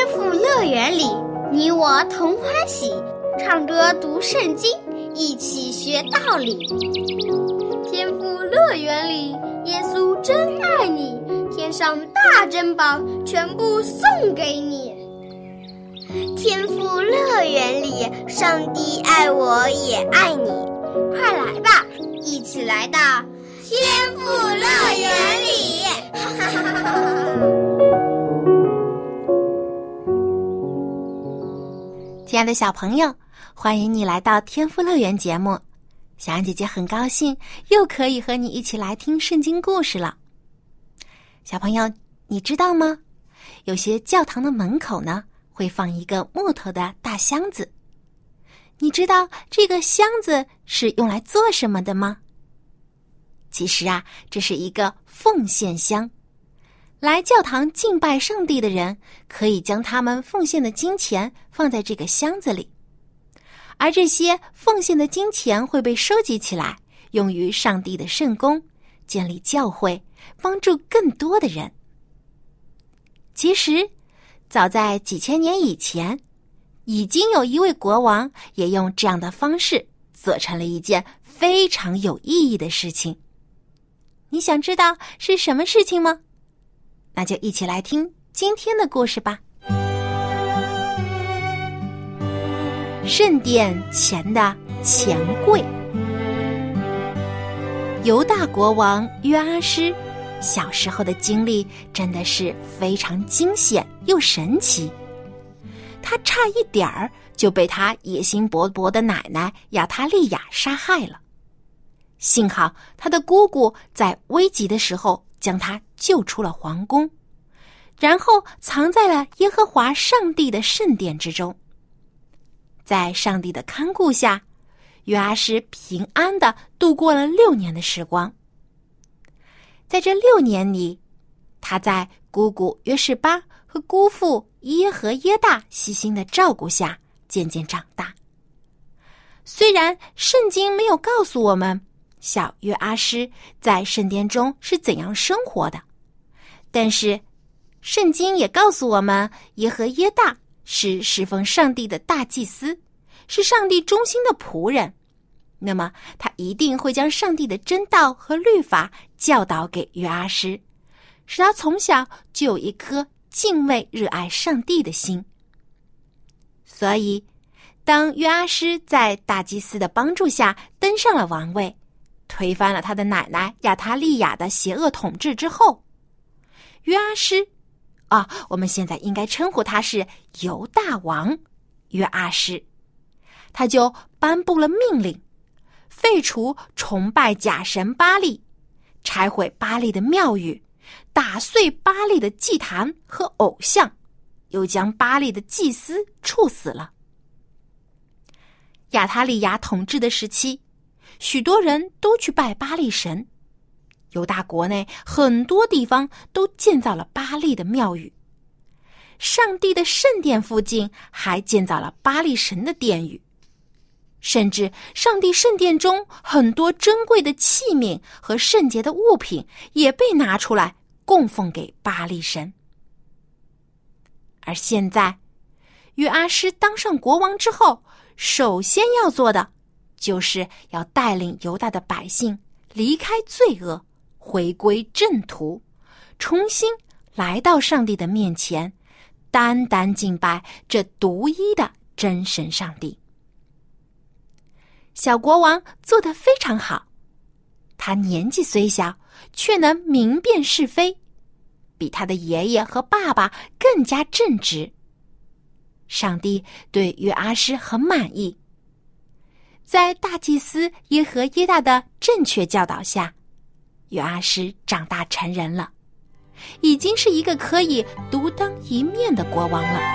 天父乐园里，你我同欢喜，唱歌读圣经，一起学道理。天父乐园里，耶稣真爱你，天上大珍宝全部送给你。 天父乐园里，上帝爱我也爱你， 快来吧，一起来到天父乐园里。 亲爱的小朋友，欢迎你来到天父乐园节目。小安姐姐很高兴又可以和你一起来听圣经故事了。小朋友，你知道吗？有些教堂的门口呢，会放一个木头的大箱子。你知道这个箱子是用来做什么的吗？其实啊，这是一个奉献箱。来教堂敬拜上帝的人可以将他们奉献的金钱放在这个箱子里，而这些奉献的金钱会被收集起来，用于上帝的圣工，建立教会，帮助更多的人。其实早在几千年以前，已经有一位国王也用这样的方式做成了一件非常有意义的事情。你想知道是什么事情吗？那就一起来听今天的故事吧。圣殿前的钱柜。犹大国王约阿施小时候的经历真的是非常惊险又神奇，他差一点儿就被他野心勃勃的奶奶亚他利亚杀害了。幸好他的姑姑在危急的时候将他救出了皇宫，然后藏在了耶和华上帝的圣殿之中。在上帝的看顾下，约阿施平安地度过了6年的时光。在这6年里，他在姑姑约示巴和姑父耶和耶大细心的照顾下渐渐长大。虽然圣经没有告诉我们小约阿施在圣殿中是怎样生活的，但是圣经也告诉我们，耶和耶大是侍奉上帝的大祭司，是上帝忠心的仆人。那么他一定会将上帝的真道和律法教导给约阿施，使他从小就有一颗敬畏热爱上帝的心。所以当约阿施在大祭司的帮助下登上了王位，推翻了他的奶奶亚他利亚的邪恶统治之后，约阿施我们现在应该称呼他是犹大王约阿施，他就颁布了命令，废除崇拜假神巴力，拆毁巴力的庙宇，打碎巴力的祭坛和偶像，又将巴力的祭司处死了。亚他利亚统治的时期，许多人都去拜巴力神，犹大国内很多地方都建造了巴力的庙宇，上帝的圣殿附近还建造了巴力神的殿宇，甚至上帝圣殿中很多珍贵的器皿和圣洁的物品也被拿出来供奉给巴力神。而现在约阿施当上国王之后，首先要做的就是要带领犹大的百姓离开罪恶，回归正途，重新来到上帝的面前，单单敬拜这独一的真神上帝。小国王做得非常好，他年纪虽小，却能明辨是非，比他的爷爷和爸爸更加正直。上帝对约阿施很满意，在大祭司耶和耶大的正确教导下，约阿施长大成人了，已经是一个可以独当一面的国王了。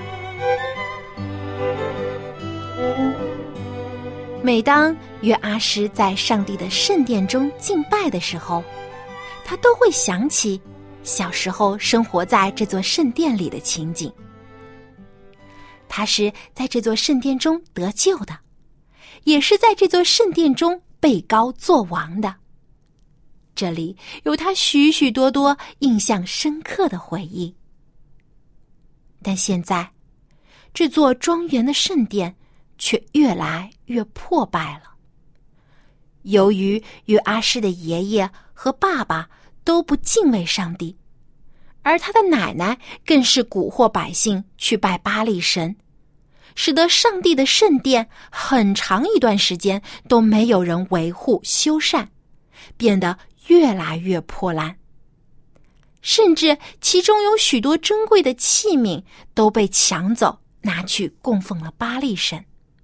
每当约阿施在上帝的圣殿中敬拜的时候，他都会想起小时候生活在这座圣殿里的情景。他是在这座圣殿中得救的，也是在这座圣殿中被膏作王的。这里有他许许多多印象深刻的回忆。 但现在，这座庄园的圣殿却越来越破败了。由于约阿施的爷爷和爸爸都不敬畏上帝，而他的奶奶更是蛊惑百姓去拜巴力神，使得上帝的圣殿很长一段时间都没有人维护修缮，变得越来越破烂，甚至其中有许多珍贵的器皿都被抢走，拿去供奉了巴力神。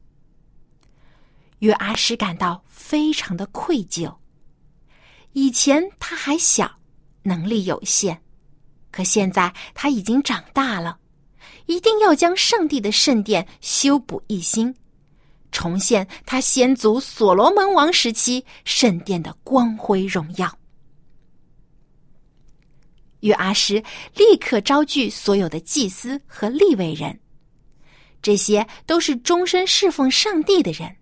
约阿施感到非常的愧疚。以前他还小，能力有限，可现在他已经长大了，一定要将上帝的圣殿修补一新，重现他先祖所罗门王时期圣殿的光辉荣耀。约阿施立刻召聚所有的祭司和利未人，这些都是终身侍奉上帝的人。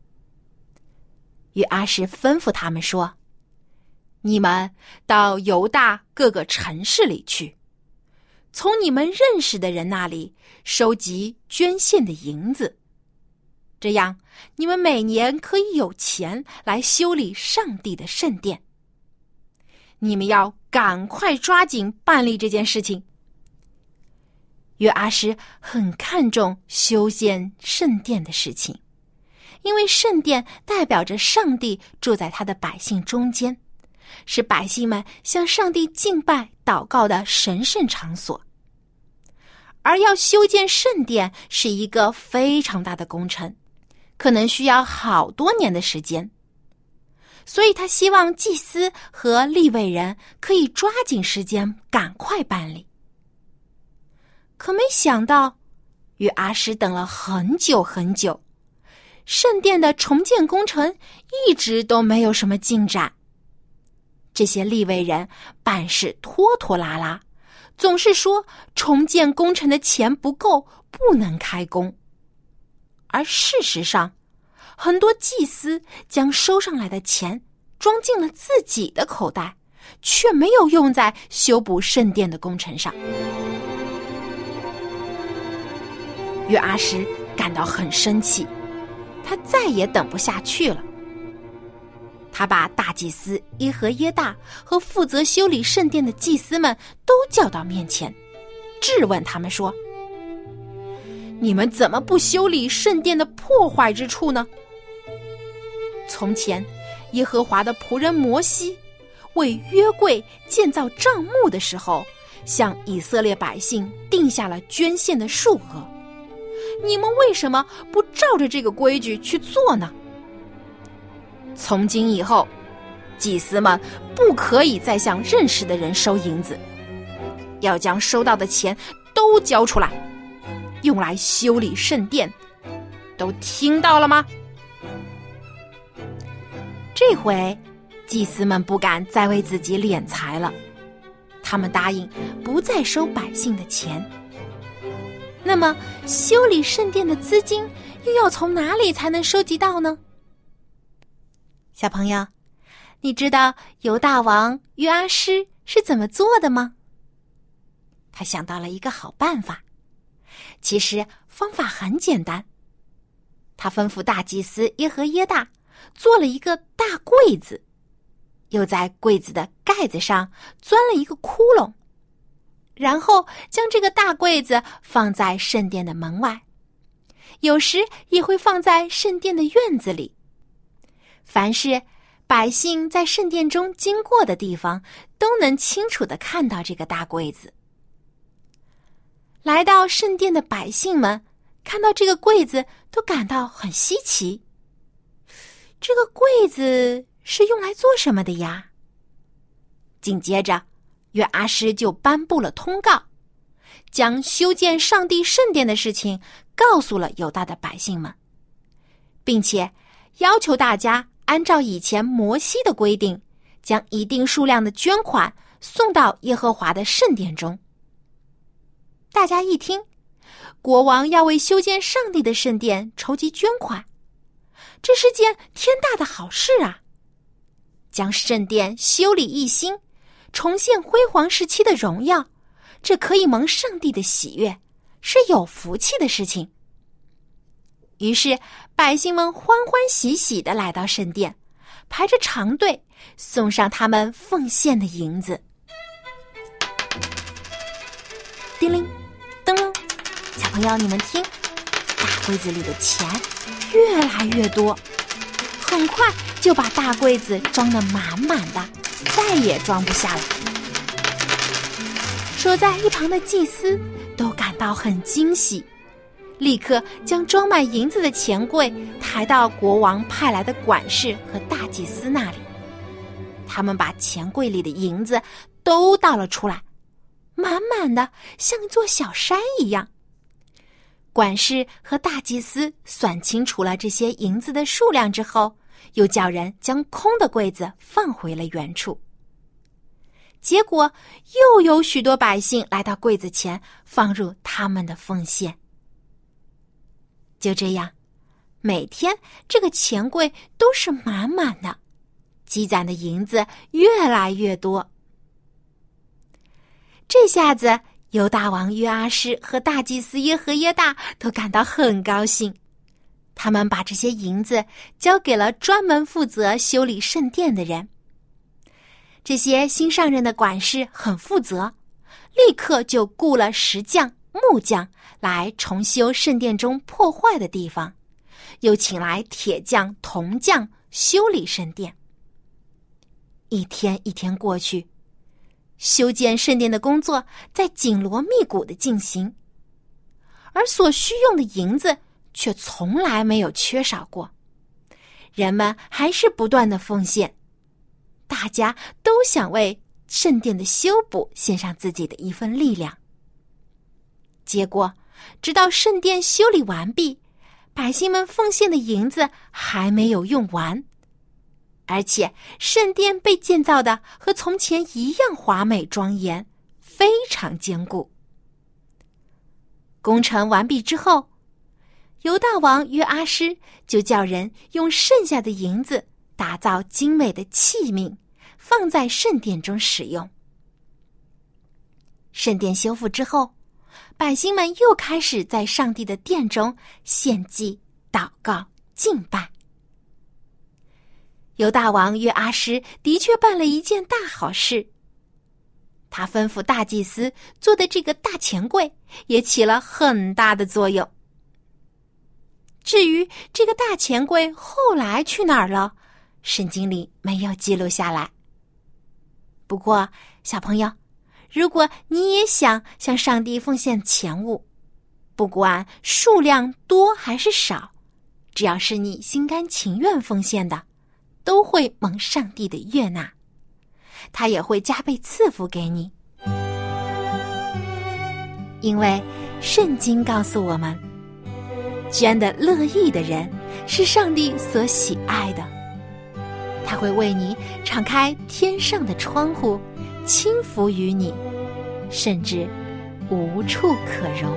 约阿施吩咐他们说：你们到犹大各个城市里去，从你们认识的人那里收集捐献的银子，这样你们每年可以有钱来修理上帝的圣殿。你们要赶快抓紧办理这件事情。约阿施很看重修建圣殿的事情，因为圣殿代表着上帝住在他的百姓中间，是百姓们向上帝敬拜祷告的神圣场所。而要修建圣殿是一个非常大的工程，可能需要好多年的时间，所以他希望祭司和利未人可以抓紧时间赶快办理。可没想到，约阿施等了很久很久，圣殿的重建工程一直都没有什么进展。这些利未人办事拖拖拉拉，总是说重建工程的钱不够，不能开工。而事实上，很多祭司将收上来的钱装进了自己的口袋，却没有用在修补圣殿的工程上。约阿施感到很生气，他再也等不下去了。他把大祭司耶和耶大和负责修理圣殿的祭司们都叫到面前，质问他们说：你们怎么不修理圣殿的破坏之处呢？从前耶和华的仆人摩西为约柜建造帐幕的时候，向以色列百姓定下了捐献的数额，你们为什么不照着这个规矩去做呢？从今以后，祭司们不可以再向认识的人收银子，要将收到的钱都交出来，用来修理圣殿。都听到了吗？这回祭司们不敢再为自己敛财了，他们答应不再收百姓的钱。那么修理圣殿的资金又要从哪里才能收集到呢？小朋友，你知道犹大王约阿施是怎么做的吗？他想到了一个好办法，其实方法很简单。他吩咐大祭司耶和耶大做了一个大柜子，又在柜子的盖子上钻了一个窟窿，然后将这个大柜子放在圣殿的门外，有时也会放在圣殿的院子里。凡是百姓在圣殿中经过的地方，都能清楚地看到这个大柜子。来到圣殿的百姓们看到这个柜子，都感到很稀奇。这个柜子是用来做什么的呀？紧接着，约阿施就颁布了通告，将修建上帝圣殿的事情告诉了犹大的百姓们，并且要求大家按照以前摩西的规定，将一定数量的捐款送到耶和华的圣殿中。大家一听，国王要为修建上帝的圣殿筹集捐款，这是件天大的好事啊！将圣殿修理一新，重现辉煌时期的荣耀，这可以蒙上帝的喜悦， 是有福气的事情。于是百姓们欢欢喜喜地来到圣殿，排着长队送上他们奉献的银子。叮铃噔楞，小朋友你们听，大柜子里的钱越来越多，很快就把大柜子装得满满的，再也装不下了。守在一旁的祭司都感到很惊喜，立刻将装满银子的钱柜抬到国王派来的管事和大祭司那里。他们把钱柜里的银子都倒了出来，满满的像一座小山一样。管事和大祭司算清楚了这些银子的数量之后，又叫人将空的柜子放回了原处。结果又有许多百姓来到柜子前，放入他们的奉献。就这样，每天这个钱柜都是满满的，积攒的银子越来越多。这下子犹大王约阿施和大祭司耶和耶大都感到很高兴，他们把这些银子交给了专门负责修理圣殿的人。这些新上任的管事很负责，立刻就雇了石匠、木匠来重修圣殿中破坏的地方，又请来铁匠、铜匠修理圣殿。一天一天过去，修建圣殿的工作在紧锣密鼓地进行，而所需用的银子却从来没有缺少过。人们还是不断地奉献，大家都想为圣殿的修补献上自己的一份力量。结果，直到圣殿修理完毕，百姓们奉献的银子还没有用完，而且圣殿被建造的和从前一样华美庄严，非常坚固。工程完毕之后，犹大王约阿施就叫人用剩下的银子打造精美的器皿，放在圣殿中使用。圣殿修复之后，百姓们又开始在上帝的殿中献祭、祷告、敬拜。犹大王约阿施的确办了一件大好事，他吩咐大祭司做的这个大钱柜也起了很大的作用。至于这个大钱柜后来去哪儿了，圣经里没有记录下来。不过，小朋友，如果你也想向上帝奉献钱物，不管数量多还是少，只要是你心甘情愿奉献的，都会蒙上帝的悦纳，他也会加倍赐福给你。因为圣经告诉我们，捐得乐意的人是上帝所喜爱的，他会为你敞开天上的窗户，倾福于你，甚至无处可容。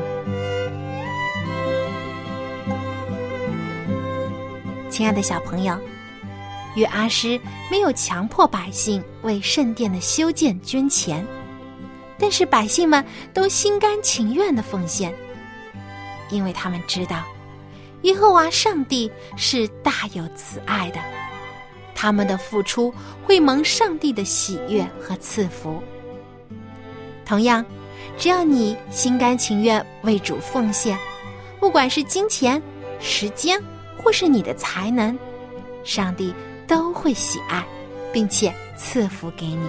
亲爱的小朋友，约阿施没有强迫百姓为圣殿的修建捐钱，但是百姓们都心甘情愿地奉献，因为他们知道耶和华上帝是大有慈爱的，他们的付出会蒙上帝的喜悦和赐福。同样，只要你心甘情愿为主奉献，不管是金钱、时间或是你的才能，上帝都会喜爱，并且赐福给你。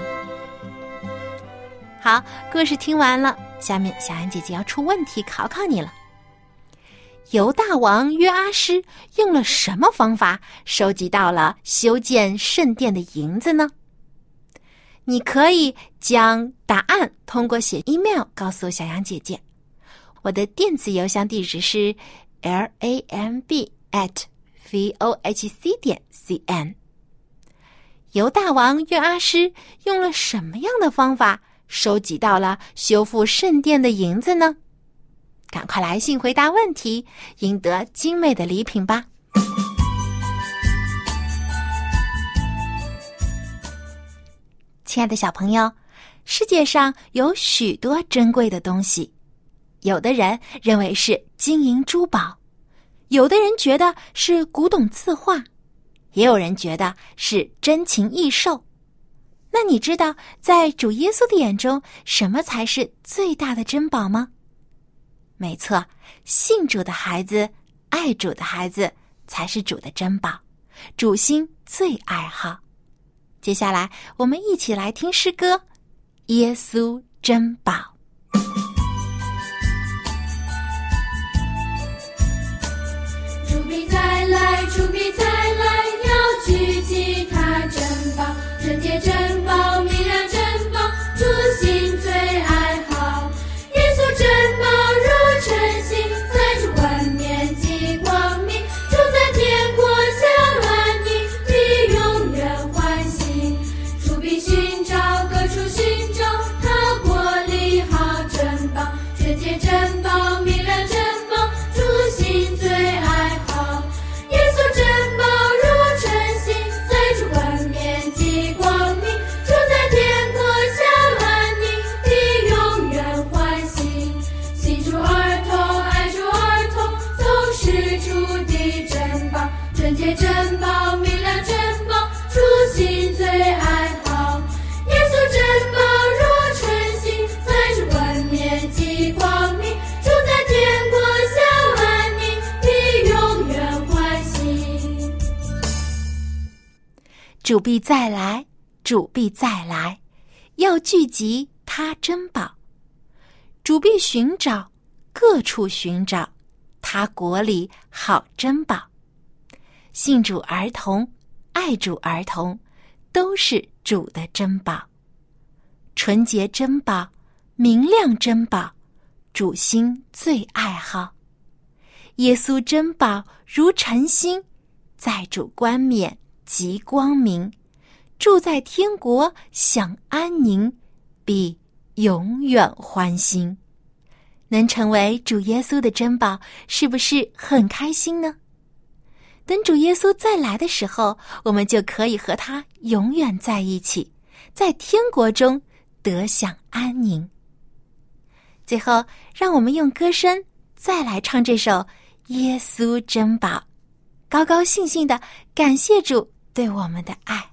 好，故事听完了，下面小安姐姐要出问题考考你了。犹大王约阿施用了什么方法收集到了修建圣殿的银子呢？你可以将答案通过写 email 告诉小羊姐姐，我的电子邮箱地址是 lamb@vohc.cn。 犹大王约阿施用了什么样的方法收集到了修复圣殿的银子呢？赶快来信回答问题，赢得精美的礼品吧。亲爱的小朋友，世界上有许多珍贵的东西， 有的人认为是金银珠宝，有的人觉得是古董字画，也有人觉得是珍禽异兽。那你知道在主耶稣的眼中，什么才是最大的珍宝吗？没错，信主的孩子，爱主的孩子才是主的珍宝，主心最爱好。接下来我们一起来听诗歌《耶稣珍宝》。 主必再来，主必再来，要聚集他珍宝，纯洁珍宝，明亮珍宝，主心最爱好。耶稣珍宝如晨星，在主冠冕极光明，住在天国享安宁，必永远欢喜。主必寻找，各处寻找他国里好珍宝，纯洁珍宝，明亮珍宝，主心最爱好。耶稣珍宝如晨星，在主冠冕极光明，住在天国享安宁，必永远欢喜。信主儿童，爱主儿童，都是主的珍宝，纯洁珍宝，明亮珍宝，主心最爱好。耶稣珍宝如晨星，在主冠冕极光明，住在天国享安宁，必永远欢喜。 主必再来，主必再来，要聚集他珍宝。主必寻找，各处寻找他国里好珍宝。信主儿童，爱主儿童，都是主的珍宝。纯洁珍宝，明亮珍宝，主心最爱好。耶稣珍宝如晨星，在主冠冕极光明，住在天国享安宁，必永远欢欣。能成为主耶稣的珍宝，是不是很开心呢？等主耶稣再来的时候，我们就可以和他永远在一起，在天国中得享安宁。最后，让我们用歌声再来唱这首《耶稣珍宝》，高高兴兴地感谢主对我们的爱。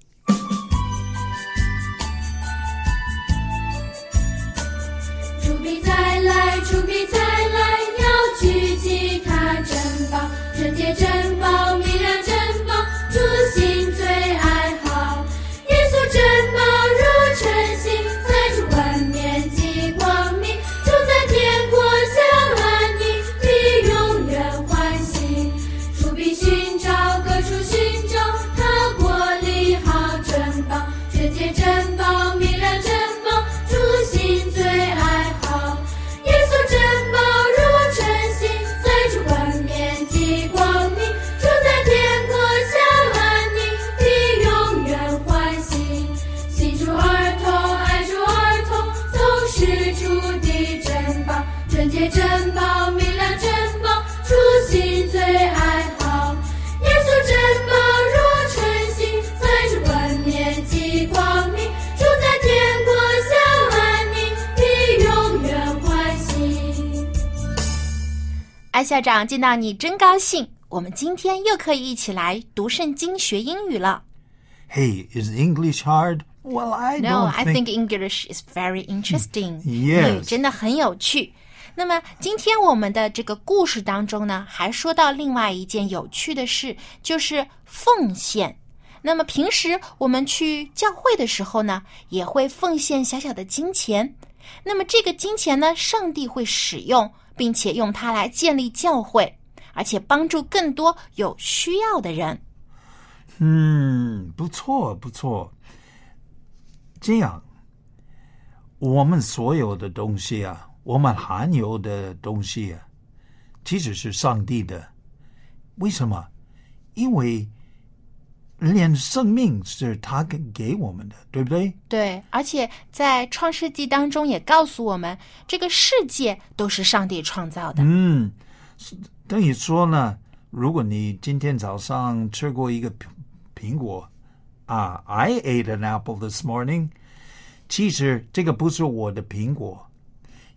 主必再来，主必再来，要聚集他珍宝，纯洁珍宝，明亮珍宝，主心最爱好。耶稣珍宝如晨星，在主冠冕极光明，住在天国享安宁，必永远欢喜。主必寻找，各处寻找他国里好珍宝，纯洁珍宝，明亮珍宝，主心最爱好。耶稣珍宝如晨星，在主冠冕极光明，住在天国享安宁，必永远欢喜。信主儿童，爱主儿童，都是主的珍宝，纯洁珍宝，明亮珍宝，主心最爱好。耶稣珍宝如晨星，在主冠冕极光明，住在天国享安宁，必永远欢喜。 艾校长见到你真高兴，我们今天又可以一起来读圣经学英语了。 Hey, is English hard? Well, I No, don't I think English is very interesting. Yes. 英语真的很有趣。那么今天我们的这个故事当中呢，还说到另外一件有趣的事，就是奉献。那么平时我们去教会的时候呢，也会奉献小小的金钱。那么这个金钱呢，上帝会使用，并且用它来建立教会，而且帮助更多有需要的人。 不错不错。这样，我们所有的东西啊，我们含有的东西啊，其实是上帝的。为什么？因为连生命是他给我们的，对不对？ 对，而且在创世纪当中也告诉我们，这个世界都是上帝创造的。 等于说呢，如果你今天早上吃过一个苹果啊 I ate an apple this morning， 其实这个不是我的苹果，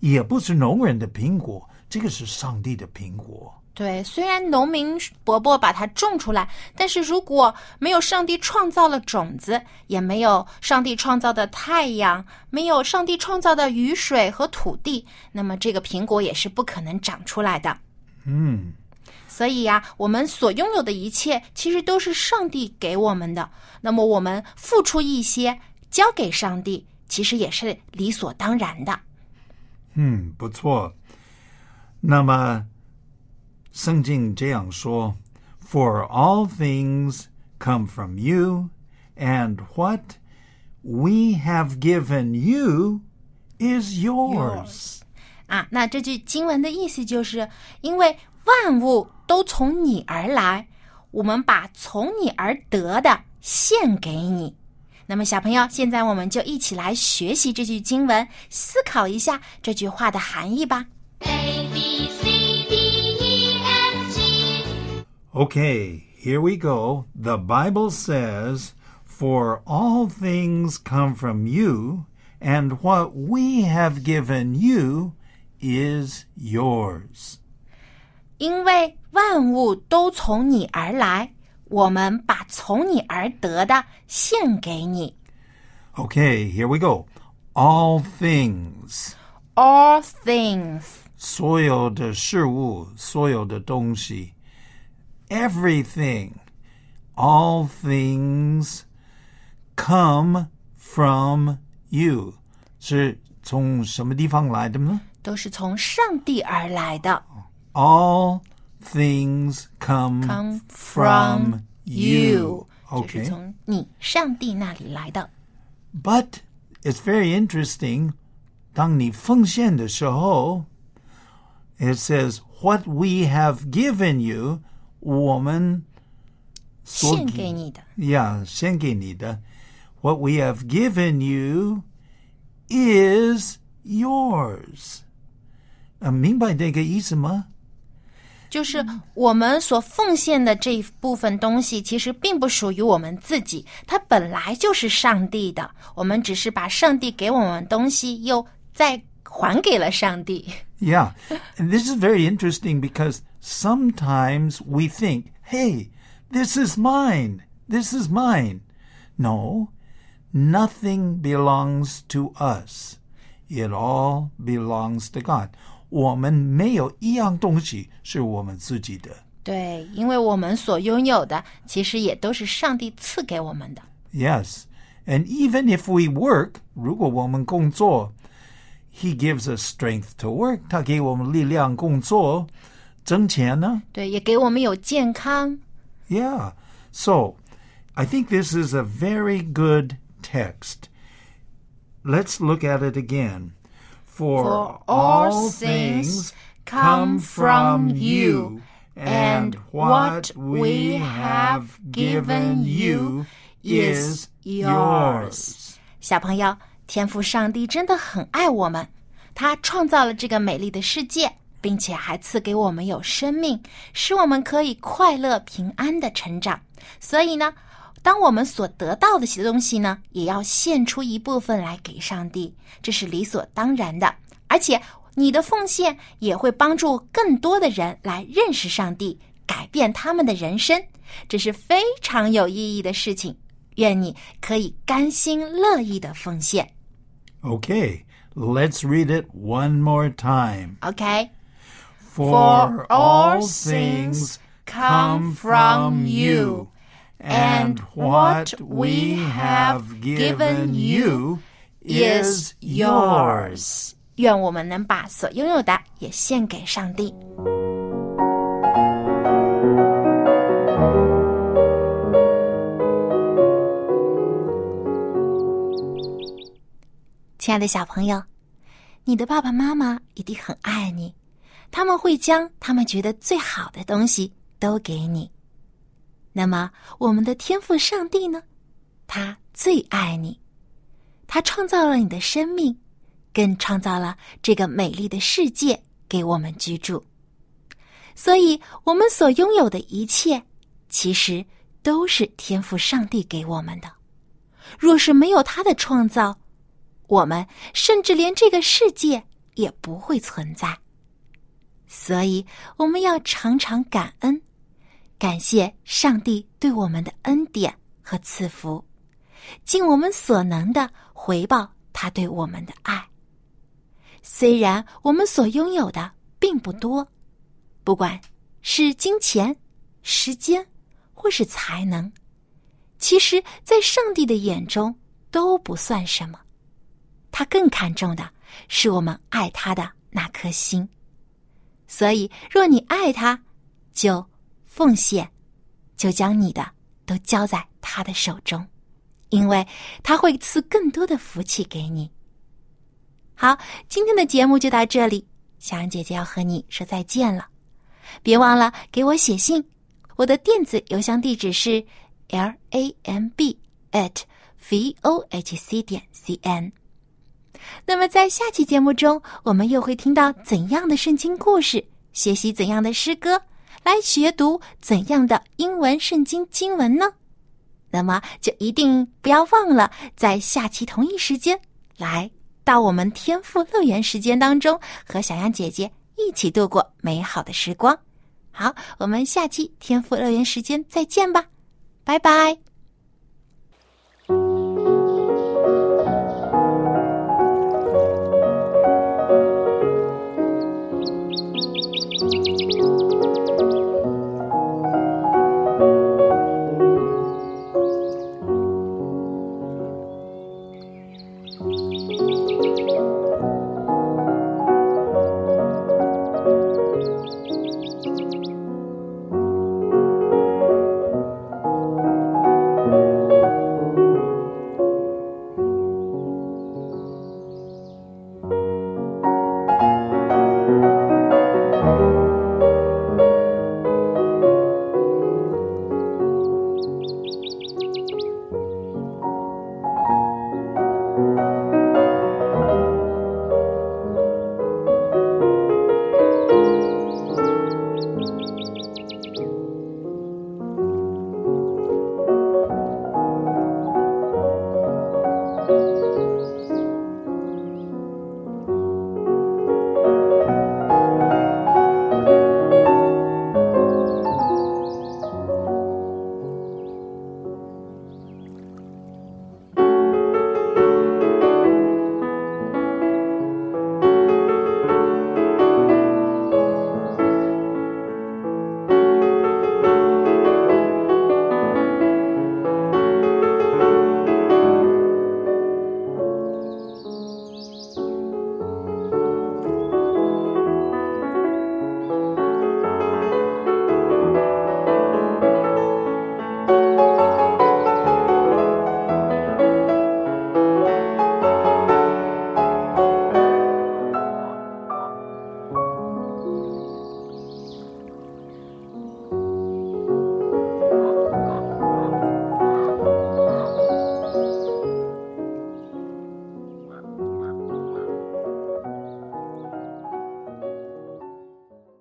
也不是农人的苹果，这个是上帝的苹果。 对，虽然农民伯伯把它种出来，但是如果没有上帝创造了种子，也没有上帝创造的太阳，没有上帝创造的雨水和土地，那么这个苹果也是不可能长出来的。所以呀，我们所拥有的一切其实都是上帝给我们的，那么我们付出一些交给上帝，其实也是理所当然的。 不错。那么圣经这样说 For all things come from you, and what we have given you is yours. 那这句经文的意思就是因为万物都从你而来，我们把从你而得的献给你。那么小朋友，现在我们就一起来学习这句经文，思考一下这句话的含义吧。 A, B, C, D, E, F, G. Okay, here we go. The Bible says, For all things come from you, and what we have given you is yours. 因为万物都从你而来，我们把从你而得的献给你。 Okay, here we go. All things. All things. 所有的事物，所有的东西。Everything. All things come from you. 是从什么地方来的呢？ 都是从上帝而来的。 All things come from you. 就是从你上帝那里来的。 But it's very interesting. 当你奉献的时候 it says, What we have given you, 我们献给你的。 Yeah, 献给你的。What we have given you is yours. 明白这个意思吗？ 就是我们所奉献的这一部分东西其实并不属于我们自己，它本来就是上帝的，我们只是把上帝给我们东西又再还给了上帝。 Yeah, and this is very interesting because sometimes we think, hey, this is mine, this is mine. No, nothing belongs to us. It all belongs to God. 我们没有一样东西是我们自己的。 对，因为我们所拥有的其实也都是上帝赐给我们的。 Yes, and even if we work, 如果我们工作 He gives us strength to work. 他给我们力量工作，挣钱呢？ 对，也给我们有健康。 Yeah, so I think this is a very good text. Let's look at it again. For all things come from you, and what we have given you is yours. 小朋友，天父上帝真的很爱我们，他创造了这个美丽的世界，并且还赐给我们有生命，使我们可以快乐平安的成长。所以呢，当我们所得到的些东西呢，也要献出一部分来给上帝，这是理所当然的。而且你的奉献也会帮助更多的人来认识上帝，改变他们的人生，这是非常有意义的事情。愿你可以甘心乐意的奉献。 Okay, let's read it one more time. Okay. For all things come from you, and what we have given you is yours. 愿我们能把所拥有的也献给上帝。亲爱的小朋友，你的爸爸妈妈一定很爱你，他们会将他们觉得最好的东西都给你。那么我们的天父上帝呢？他最爱你，他创造了你的生命，更创造了这个美丽的世界给我们居住。所以我们所拥有的一切其实都是天父上帝给我们的。若是没有他的创造，我们甚至连这个世界也不会存在。所以我们要常常感恩，感谢上帝对我们的恩典和赐福，尽我们所能的回报他对我们的爱。虽然我们所拥有的并不多，不管是金钱、时间或是才能，其实在上帝的眼中都不算什么。他更看重的是我们爱他的那颗心。所以若你爱他，就奉献，就将你的都交在他的手中，因为他会赐更多的福气给你。好，今天的节目就到这里，小安姐姐要和你说再见了。别忘了给我写信，我的电子邮箱地址是 lamb@vohc.cn。那么在下期节目中，我们又会听到怎样的圣经故事，学习怎样的诗歌，来学读怎样的英文圣经经文呢？那么就一定不要忘了在下期同一时间来到我们天父乐园时间当中，和小羊姐姐一起度过美好的时光。好，我们下期天父乐园时间再见吧，拜拜。